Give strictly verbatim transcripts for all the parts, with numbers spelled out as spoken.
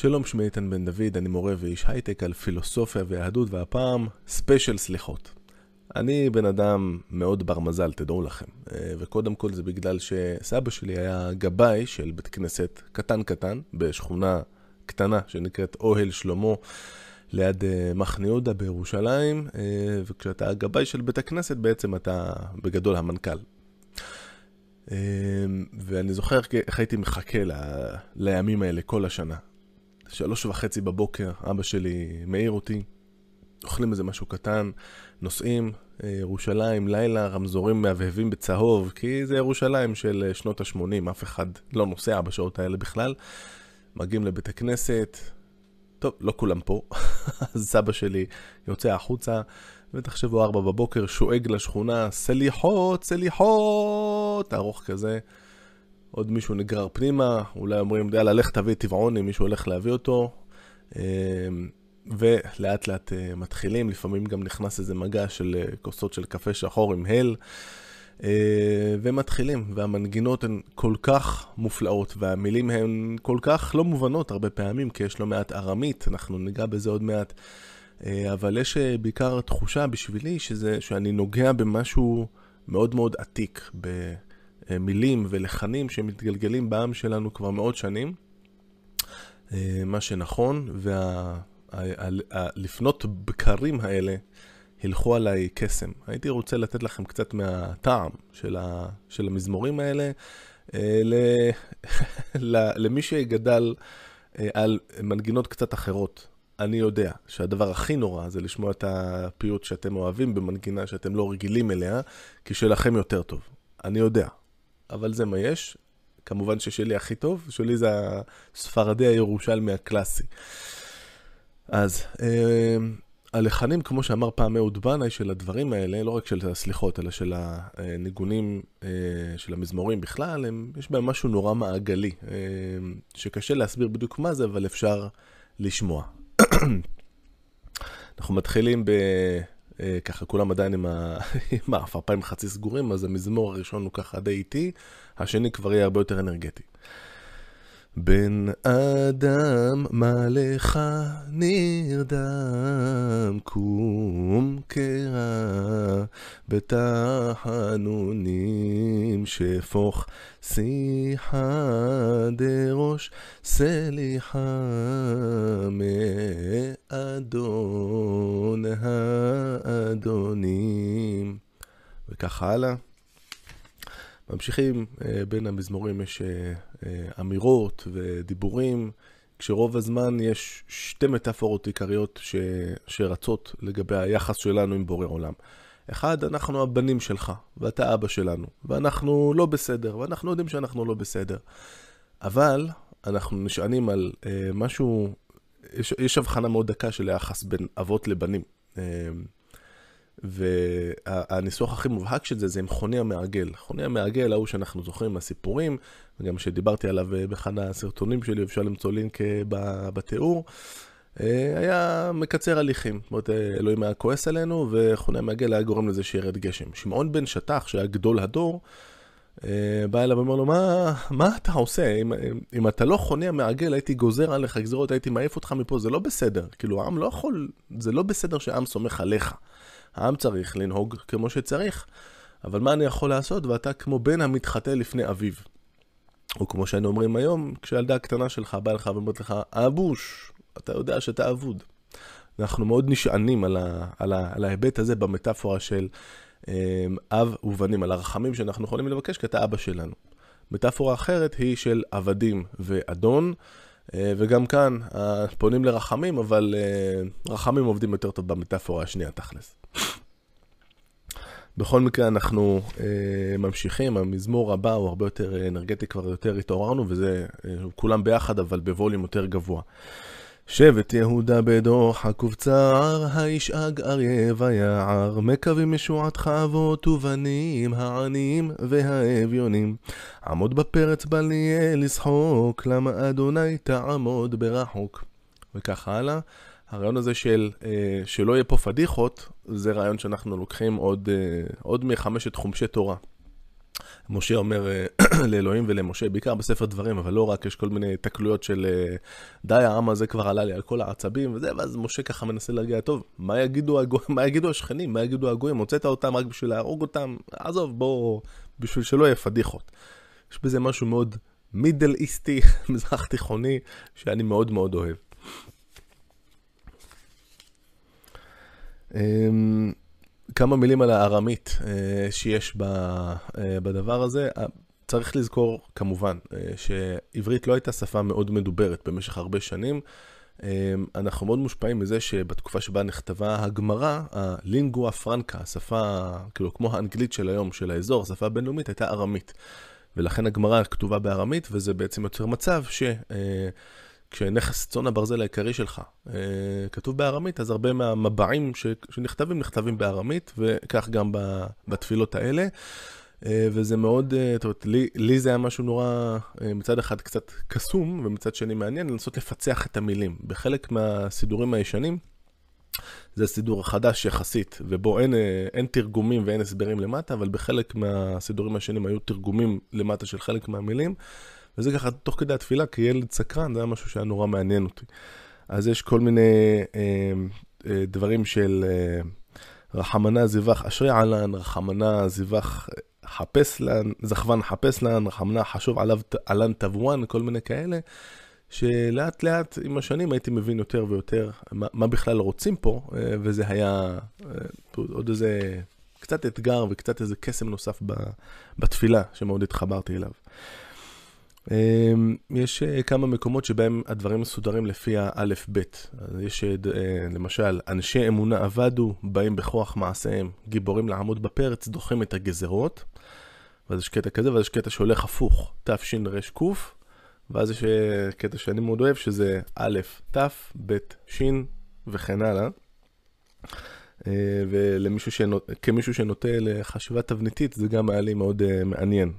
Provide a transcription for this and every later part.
שלום, שמי איתן בן דוד, אני מורה ואיש הייטק על פילוסופיה ויהדות, והפעם ספיישל סליחות. אני בן אדם מאוד בר מזל, תדעו לכם. וקודם כל זה בגלל שסבא שלי היה גבאי של בית כנסת קטן קטן, בשכונה קטנה שנקראת אוהל שלמה, ליד מחנה יהודה בירושלים, וכשאתה גבאי של בית הכנסת בעצם אתה בגדול המנכ"ל. ואני זוכר איך הייתי מחכה ל... לימים האלה כל השנה. שלוש וחצי בבוקר, אבא שלי מעיר אותי, אוכלים איזה משהו קטן, נוסעים, ירושלים, לילה, רמזורים מהבהבים בצהוב, כי זה ירושלים של שנות ה-שמונים, אף אחד לא נוסע בשעות האלה בכלל. מגיעים לבית הכנסת, טוב, לא כולם פה, אז סבא שלי יוצא החוצה, ותחשבו ארבע בבוקר, שואג לשכונה, סליחות, סליחות, ארוך כזה. עוד מישהו נגרר פנימה, אולי אומרים, יאללה, לך תביא טבעוני, מישהו הולך להביא אותו, ולאט לאט מתחילים, לפעמים גם נכנס איזה מגע של כוסות של קפה שחור עם הל, ומתחילים, והמנגינות הן כל כך מופלאות, והמילים הן כל כך לא מובנות הרבה פעמים, כי יש לא מעט ארמית, אנחנו ניגע בזה עוד מעט, אבל יש בעיקר תחושה בשבילי, שזה, שאני נוגע במשהו מאוד מאוד עתיק, ב... מילים ולחנים שמתגלגלים בעם שלנו כבר מאות שנים, מה שנכון, ולפנות בקרים האלה הלכו עליי קסם. הייתי רוצה לתת לכם קצת מהטעם של, ה, של המזמורים האלה, למי שגדל על מנגינות קצת אחרות. אני יודע שהדבר הכי נורא זה לשמוע את הפיוט שאתם אוהבים במנגינה שאתם לא רגילים אליה, כי שלכם יותר טוב. אני יודע. אבל זה מה יש. כמובן ששלי הכי טוב, שלי זה הספרדי הירושלמי הקלאסי. אז אה, הלחנים, כמו שאמר פעם אהוד בנאי, של הדברים האלה, לא רק של הסליחות, אלא של הניגונים אה, של המזמורים בכלל, הם, יש בהם משהו נורא מעגלי, אה, שקשה להסביר בדיוק מה זה, אבל אפשר לשמוע. אנחנו מתחילים ב... ככה כולם עדיין עם האפרפיים חצי סגורים, אז המזמור הראשון הוא ככה די איטי, השני כבר יהיה הרבה יותר אנרגטי. בן אדם מה לך נרדם, קום קרא בתחנונים, שפוך שיחה דראש סליחה מאדון האדונים, וכך הלאה. ממשיכים, בין המזמורים יש אמירות ודיבורים, כשרוב הזמן יש שתי מטאפורות עיקריות ש... שרצות לגבי היחס שלנו עם בורא עולם. אחד, אנחנו הבנים שלך, ואתה אבא שלנו, ואנחנו לא בסדר, ואנחנו יודעים שאנחנו לא בסדר. אבל אנחנו נשענים על משהו, יש, יש הבחנה מאוד דקה של היחס בין אבות לבנים. והניסוח הכי מובהק של זה זה עם חוני המעגל. חוני המעגל, ההוא שאנחנו זוכרים מהסיפורים, וגם שדיברתי עליו באחד הסרטונים שלי, אפשר למצוא לינק בתיאור, היה מקצר הליכים. זאת אומרת, אלוהים היה כועס עלינו, וחוני המעגל היה גורם לזה שירד גשם. שמעון בן שטח, שהיה גדול הדור, בא אליו ואומר לו, מה, מה אתה עושה? אם, אם אתה לא חוני המעגל, הייתי גוזר עליך גזירות, הייתי מעיף אותך מפה, זה לא בסדר. כאילו, העם לא יכול, זה לא בסדר שהעם סומך עליך. העם צריך לנהוג כמו שצריך, אבל מה אני יכול לעשות? ואתה כמו בן המתחטא לפני אביו. או כמו שהיינו אומרים היום, כשילדה הקטנה שלך באה לך ואומרת לך, אבוש, אתה יודע שאתה אבוד. אנחנו מאוד נשענים על, ה, על, ה, על ההיבט הזה במטאפורה של אה, אב ובנים, על הרחמים שאנחנו יכולים לבקש כי אתה אבא שלנו. מטאפורה אחרת היא של עבדים ואדון, אה, וגם כאן אה, פונים לרחמים, אבל אה, רחמים עובדים יותר טוב במטאפורה השנייה תכלס. בכל מקרה אנחנו אה, ממשיכים, המזמור הבא הוא הרבה יותר אנרגטי, כבר יותר התעוררנו, וזה אה, כולם ביחד אבל בווליום יותר גבוה. שבט יהודה בדוח הקובצר, הישאג אריה ויער, מקווים משועתך אבות ובנים, העניים והאביונים. עמוד בפרץ בליה לשחוק, למה אדוני תעמוד ברחוק. וכך הלאה. הרעיון הזה של אה, שלא יהיה פה פדיחות, זה רעיון שאנחנו לוקחים עוד, אה, עוד מחמשת חומשי תורה. משה אומר לאלוהים ולמשה, בעיקר בספר דברים, אבל לא רק, יש כל מיני תקלויות של די, העם הזה כבר עלה לי על כל העצבים וזה, ואז משה ככה מנסה להרגיע, טוב, מה יגידו, הגויים, מה יגידו השכנים, מה יגידו הגויים, הוצאת אותם רק בשביל להרוג אותם, עזוב, בוא, בשביל שלא יהיה פדיחות. יש בזה משהו מאוד מידל איסטי, מזרח תיכוני, שאני מאוד מאוד אוהב. כמה מילים על הארמית שיש בדבר הזה. צריך לזכור כמובן שעברית לא הייתה שפה מאוד מדוברת במשך הרבה שנים. אנחנו מאוד מושפעים מזה שבתקופה שבה נכתבה הגמרא, הלינגואה פרנקה, השפה כאילו כמו האנגלית של היום של האזור, השפה הבינלאומית הייתה ארמית. ולכן הגמרא כתובה בארמית, וזה בעצם יוצר מצב ש... כשנכס צאן הברזל העיקרי שלך כתוב בארמית, אז הרבה מהמבעים שנכתבים, נכתבים בארמית, וכך גם בתפילות האלה. וזה מאוד, לי, לי זה היה משהו נורא, מצד אחד קצת קסום, ומצד שני מעניין, לנסות לפצח את המילים. בחלק מהסידורים הישנים, זה סידור החדש יחסית, ובו אין, אין תרגומים ואין הסברים למטה, אבל בחלק מהסידורים הישנים היו תרגומים למטה של חלק מהמילים, וזה ככה, תוך כדי התפילה, כילד סקרן, זה היה משהו שהיה נורא מעניין אותי. אז יש כל מיני אה, אה, דברים של אה, רחמנה זיווח אשרי עלן, רחמנה זיווח חפש לן, זכוון חפש לן, רחמנה חשוב עליו עלן תבואן, כל מיני כאלה, שלאט לאט עם השנים הייתי מבין יותר ויותר מה, מה בכלל רוצים פה, אה, וזה היה אה, עוד איזה קצת אתגר וקצת איזה קסם נוסף ב, בתפילה, שמאוד התחברתי אליו. יש כמה מקומות שבהם הדברים מסודרים לפי האלף בית. יש למשל, אנשי אמונה עבדו, באים בכוח מעשיהם, גיבורים לעמוד בפרץ, דוחים את הגזרות. ואז יש קטע כזה, ואז יש קטע שהולך הפוך, תפשין רש קוף, ואז יש קטע שאני מאוד אוהב, שזה א', תף, ב', שין, וכן הלאה. ולמישהו שנוט... כמישהו שנוטה לחשיבה תבניתית, זה גם היה לי מאוד מעניין.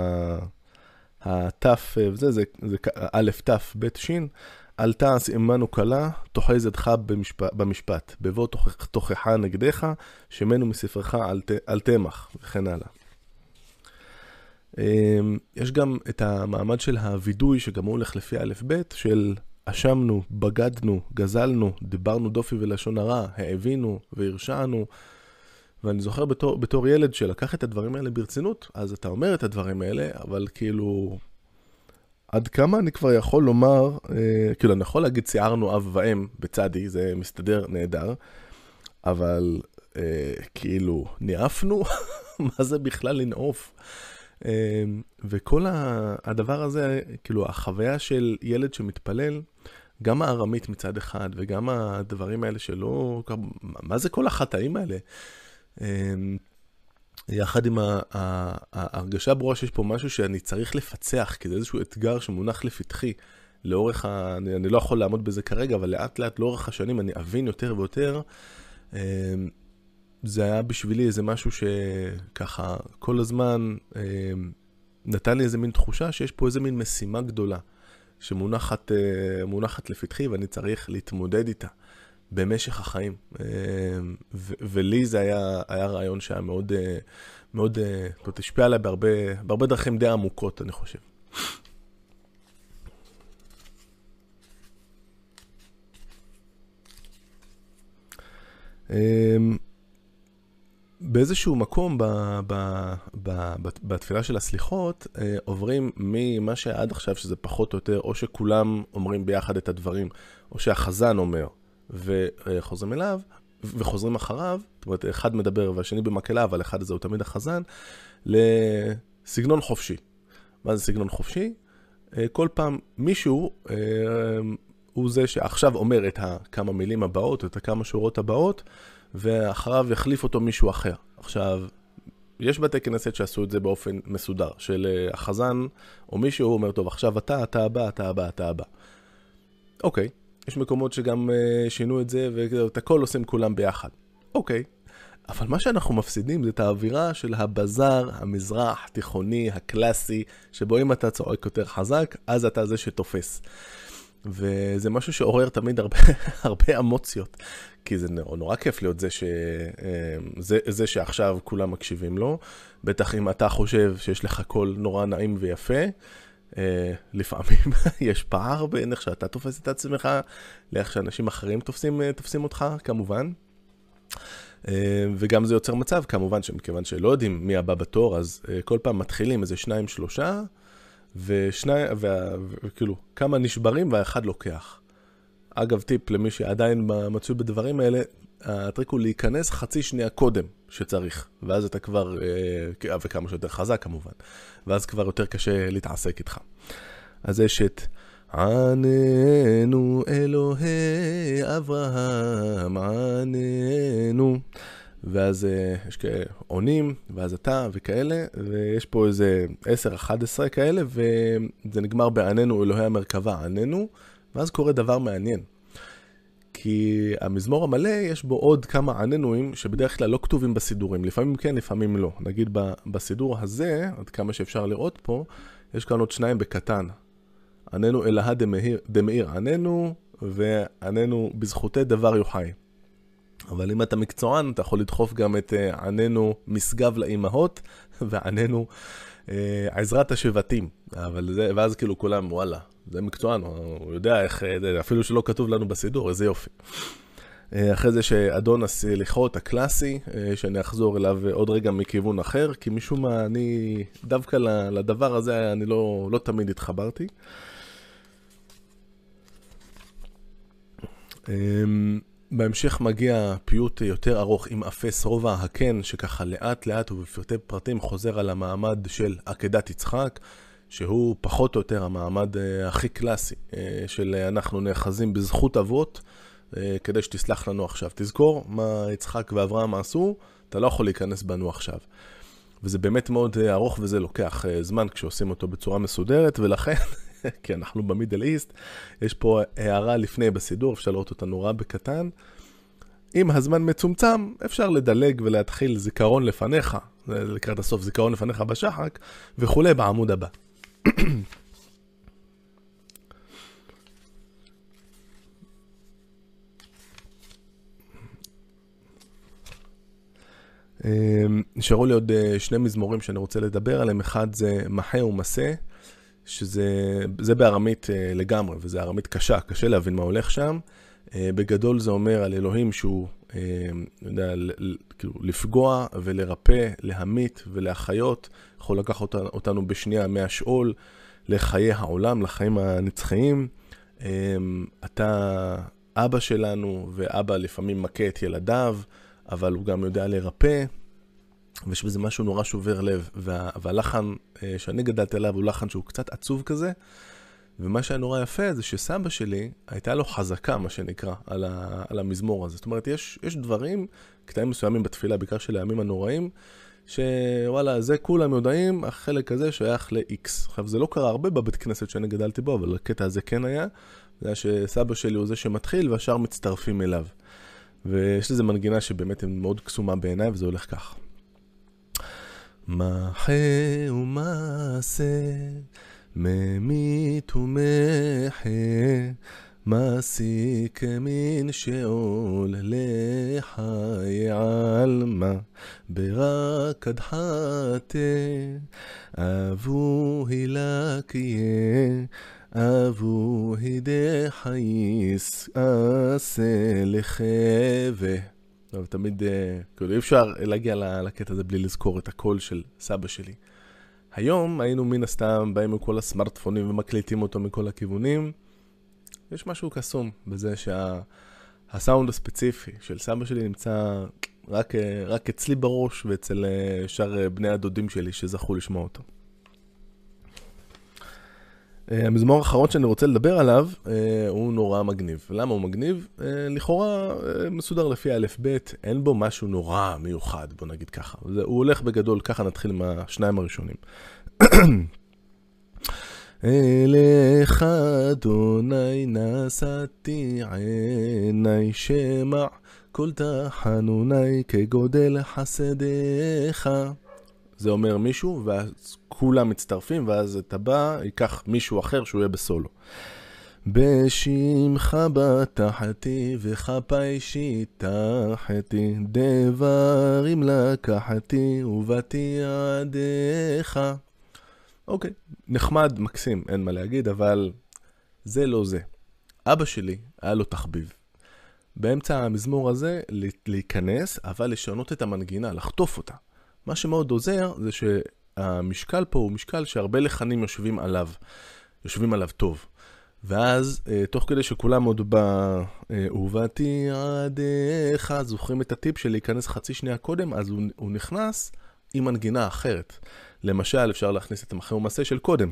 התף, וזה, זה, זה א', תף, ב', שין, אל תעש עמנו קלה, תאחז ידך במשפט, במשפט, בבוא תוכחה נגדך, שמנו מספרך אל, אל תמח, וכן הלאה. יש גם את המעמד של הוידוי, שגם הוא הולך לפי א' ב', של אשמנו, בגדנו, גזלנו, דיברנו דופי ולשון הרע, העבינו והרשענו, ואני זוכר בתור, בתור ילד שלקח את הדברים האלה ברצינות, אז אתה אומר את הדברים האלה, אבל כאילו, עד כמה אני כבר יכול לומר, אה, כאילו אני יכול להגיד שיערנו אב ואם בצדי, זה מסתדר נהדר, אבל אה, כאילו נעפנו, מה זה בכלל לנעוף? אה, וכל הדבר הזה, כאילו החוויה של ילד שמתפלל, גם הארמית מצד אחד, וגם הדברים האלה שלא, מה זה כל החטאים האלה? יחד עם ההרגשה הברורה שיש פה משהו שאני צריך לפצח, כי זה איזשהו אתגר שמונח לפתחי לאורך ה... אני לא יכול לעמוד בזה כרגע, אבל לאט לאט לאורך השנים אני אבין יותר ויותר. זה היה בשבילי איזה משהו שככה כל הזמן נתן לי איזה מין תחושה שיש פה איזה מין משימה גדולה שמונחת מונחת לפתחי ואני צריך להתמודד איתה במשך החיים. ו- ולי זה היה, היה רעיון שהיה מאוד, מאוד, מאוד השפיע עליי בהרבה, בהרבה דרכים די עמוקות, אני חושב. באיזשהו מקום ב, ב, ב, ב, בתפילה של הסליחות, עוברים ממה שעד עכשיו שזה פחות או יותר, או שכולם אומרים ביחד את הדברים, או שהחזן אומר, וחוזרים אליו, וחוזרים אחריו, זאת אומרת, אחד מדבר והשני במקהלה, אבל אחד הזה הוא תמיד החזן, לסגנון חופשי. מה זה סגנון חופשי? כל פעם מישהו הוא זה שעכשיו אומר את הכמה מילים הבאות, את הכמה שורות הבאות, ואחריו יחליף אותו מישהו אחר. עכשיו, יש בתי כנסת שעשו את זה באופן מסודר, של החזן או מישהו אומר, טוב, עכשיו אתה, אתה הבא, אתה הבא, אתה הבא. אוקיי. יש מקומות שגם שינו את זה, ואת הכל עושים כולם ביחד. אוקיי. אבל מה שאנחנו מפסידים זה את האווירה של הבזר, המזרח, תיכוני, הקלאסי, שבו אם אתה צועק יותר חזק, אז אתה זה שתופס. וזה משהו שעורר תמיד הרבה, הרבה אמוציות, כי זה נורא כיף להיות זה, ש... זה, זה שעכשיו כולם מקשיבים לו, בטח אם אתה חושב שיש לך קול נורא נעים ויפה, לפעמים יש פער בין איך שאתה תופס את עצמך, לאיך שאנשים אחרים תופסים, תופסים אותך, כמובן. וגם זה יוצר מצב, כמובן, שמכיוון שלא יודעים מי הבא בתור, אז כל פעם מתחילים איזה שניים, שלושה, ושני, וכאילו, כמה נשברים והאחד לוקח. אגב, טיפ למי שעדיין מצוי בדברים האלה, הטריק הוא להיכנס חצי שנייה קודם שצריך, ואז אתה כבר, וכמה שיותר חזק כמובן, ואז כבר יותר קשה להתעסק איתך. אז יש את עננו אלוהי אברהם, עננו, ואז יש עונים, ואז אתה וכאלה, ויש פה איזה עשר אחת עשרה כאלה, וזה נגמר בעננו אלוהי המרכבה, עננו, ואז קורה דבר מעניין. כי המזמור המלא יש בו עוד כמה עננויים שבדרך כלל לא כתובים בסידורים, לפעמים כן, לפעמים לא. נגיד בסידור הזה, עד כמה שאפשר לראות פה, יש כאן עוד שניים בקטן. עננו אלוהה דמאיר עננו, ועננו בזכותי דבר יוחאי. אבל אם אתה מקצוען, אתה יכול לדחוף גם את עננו משגב לאימהות, ועננו עזרת השבטים. אבל זה, ואז כאילו כולם, וואלה, זה מקצוען, הוא יודע איך, אפילו שלא כתוב לנו בסידור, איזה יופי. אחרי זה שאדון הסליחות הקלאסי, שאני אחזור אליו עוד רגע מכיוון אחר, כי משום מה אני, דווקא לדבר הזה אני לא, לא תמיד התחברתי. בהמשך מגיע פיוט יותר ארוך עם אפס רובע הקן, שככה לאט לאט ובפרטי פרטים חוזר על המעמד של עקדת יצחק, שהוא פחות או יותר המעמד הכי קלאסי של אנחנו נאחזים בזכות אבות, כדי שתסלח לנו עכשיו. תזכור מה יצחק ואברהם עשו, אתה לא יכול להיכנס בנו עכשיו. וזה באמת מאוד ארוך וזה לוקח זמן כשעושים אותו בצורה מסודרת, ולכן, כי אנחנו במידל איסט, יש פה הערה לפני בסידור, אפשר לראות אותה נורא בקטן. אם הזמן מצומצם, אפשר לדלג ולהתחיל זיכרון לפניך, לקראת הסוף זיכרון לפניך בשחק, וכולי בעמוד הבא. נשארו לי עוד שני מזמורים שאני רוצה לדבר עליהם. אחד זה מחה ומסה, שזה זה בארמית לגמרי, וזה ארמית קשה, קשה להבין מה הולך שם. בגדול זה אומר על אלוהים שהוא יודע, כאילו, לפגוע ולרפא, להמית ולהחיות, יכול לקחת אותנו בשנייה מהשאול לחיי העולם, לחיים הנצחיים. אתה אבא שלנו, ואבא לפעמים מכה את ילדיו, אבל הוא גם יודע לרפא, ויש בזה משהו נורא שובר לב, וה, והלחן שאני גדלתי עליו הוא לחן שהוא קצת עצוב כזה, ומה שהיה נורא יפה זה שסבא שלי הייתה לו חזקה, מה שנקרא, על, ה, על המזמור הזה. זאת אומרת, יש, יש דברים, קטעים מסוימים בתפילה, בעיקר של הימים הנוראים, שוואלה, זה כולם יודעים, החלק הזה שייך ל-X. עכשיו, זה לא קרה הרבה בבית כנסת שאני גדלתי בו, אבל הקטע הזה כן היה, זה היה שסבא שלי הוא זה שמתחיל, והשאר מצטרפים אליו. ויש לזה מנגינה שבאמת היא מאוד קסומה בעיניי, וזה הולך כך. מחה ומעשה, ממית ומחה, מעשי כמין שאול לחיי עלמה, ברק הדחתה, אבו הילקיה, אבו הידי חייס, עשה לחווה. אבל תמיד, כאילו, אי אפשר להגיע לקטע הזה בלי לזכור את הקול של סבא שלי. היום היינו מן הסתם באים עם כל הסמארטפונים ומקליטים אותו מכל הכיוונים. יש משהו קסום בזה שהסאונד הספציפי של סבא שלי נמצא רק, רק אצלי בראש ואצל שאר בני הדודים שלי שזכו לשמוע אותו. המזמור האחרון שאני רוצה לדבר עליו הוא נורא מגניב. למה הוא מגניב? לכאורה מסודר לפי א' ב', אין בו משהו נורא מיוחד, בוא נגיד ככה. הוא הולך בגדול, ככה נתחיל עם השניים הראשונים. אליך אדוני נשאתי עיני, שמע כל תחנוני כגודל חסדיך. זה אומר מישהו, ואז כולם מצטרפים, ואז אתה בא, ייקח מישהו אחר שהוא יהיה בסולו. בשמך בטחתי וכפי שיטחתי, דברים לקחתי ובאתי עדיך. אוקיי, נחמד, מקסים, אין מה להגיד, אבל זה לא זה. אבא שלי היה לו תחביב. באמצע המזמור הזה להיכנס, אבל לשנות את המנגינה, לחטוף אותה. מה שמאוד עוזר זה שהמשקל פה הוא משקל שהרבה לחנים יושבים עליו, יושבים עליו טוב. ואז, תוך כדי שכולם עוד בא, ובאתי עדיך, זוכרים את הטיפ של להיכנס חצי שנייה קודם, אז הוא, הוא נכנס עם מנגינה אחרת. למשל, אפשר להכניס את המחר ומעשה של קודם.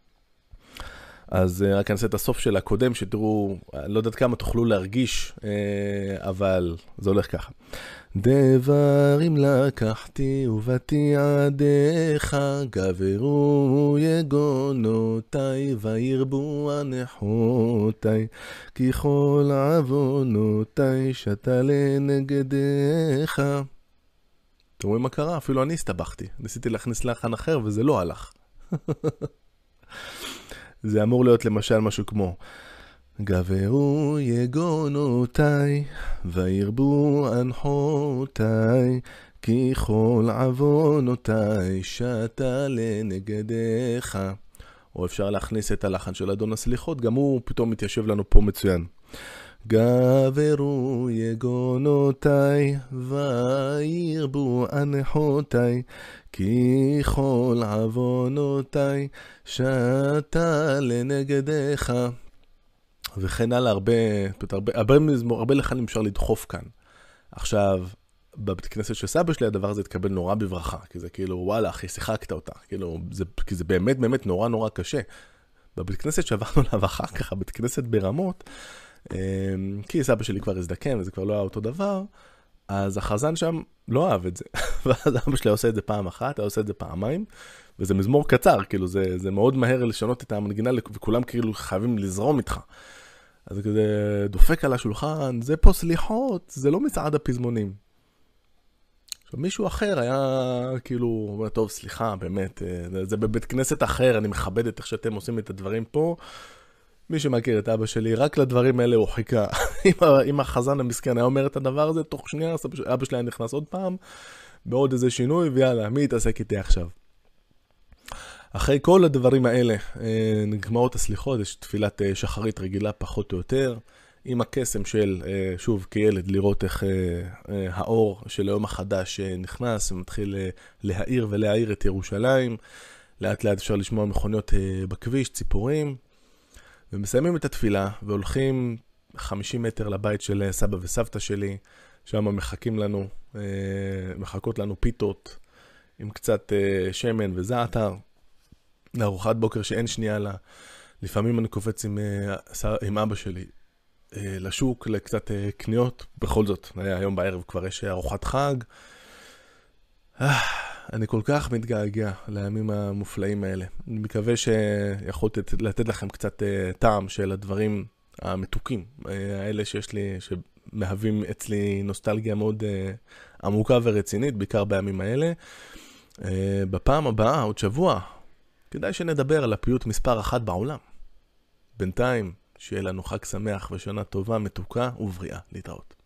אז רק נעשה את הסוף של הקודם, שתראו, לא יודעת כמה תוכלו להרגיש, אבל זה הולך ככה. דברים לקחתי ובאתי עדיך, גברו יגונותי וירבו הנחותי, כי כל עוונותי שתה לנגדך. אתם רואים מה קרה? אפילו אני הסתבכתי. ניסיתי להכניס לחן אחר וזה לא הלך. זה אמור להיות למשל משהו כמו גברו יגונותי וירבו הנחותי, כי כל עוונותי שתה לנגדך. או אפשר להכניס את הלחן של אדון הסליחות, גם הוא פתאום מתיישב לנו פה מצוין. גברו יגונותי וירבו הנחותי, כי כל עוונותי שתה לנגדך. וכן הלאה, הרבה, הרבה, הרבה, הרבה לחנים אפשר לדחוף כאן. עכשיו, בבית כנסת של סבא שלי הדבר הזה התקבל נורא בברכה, כי זה כאילו, וואלה, אחי, שיחקת אותה. כאילו, זה, כי זה באמת באמת נורא נורא קשה. בבית כנסת שעברנו לה ואחר כך, בית כנסת ברמות, כי סבא שלי כבר הזדקן וזה כבר לא היה אותו דבר, אז החזן שם לא אהב את זה. ואז אבא שלי עושה את זה פעם אחת, היה עושה את זה פעמיים, וזה מזמור קצר, כאילו זה, זה מאוד מהר לשנות את המנגינה, וכולם כאילו חייבים לזרום איתך. אז זה כזה דופק על השולחן, זה פה סליחות, זה לא מצעד הפזמונים. עכשיו מישהו אחר היה כאילו, אומר, טוב סליחה, באמת, זה בבית כנסת אחר, אני מכבד את איך שאתם עושים את הדברים פה, מי שמכיר את אבא שלי, רק לדברים האלה הוא חיכה. אם החזן המסכן היה אומר את הדבר הזה, תוך שנייה אבא שלי היה נכנס עוד פעם, בעוד איזה שינוי, ויאללה, מי יתעסק איתי עכשיו? אחרי כל הדברים האלה, נגמרות הסליחות, יש תפילת שחרית רגילה פחות או יותר, עם הקסם של, שוב, כילד, לראות איך האור של היום החדש נכנס, ומתחיל להאיר ולהאיר את ירושלים, לאט לאט אפשר לשמוע מכוניות בכביש, ציפורים, ומסיימים את התפילה, והולכים חמישים מטר לבית של סבא וסבתא שלי, שם מחכים לנו, מחכות לנו פיתות, עם קצת שמן וזעתר, לארוחת בוקר שאין שנייה לה. לפעמים אני קופץ עם, עם אבא שלי לשוק, לקצת קניות, בכל זאת, היום בערב כבר יש ארוחת חג. אני כל כך מתגעגע לימים המופלאים האלה. אני מקווה שיכולתי לתת לכם קצת טעם של הדברים המתוקים, האלה שיש לי, שמהווים אצלי נוסטלגיה מאוד עמוקה ורצינית, בעיקר בימים האלה. בפעם הבאה, עוד שבוע, כדאי שנדבר על הפיוט מספר אחת בעולם. בינתיים, שיהיה לנו חג שמח ושנה טובה, מתוקה ובריאה. להתראות.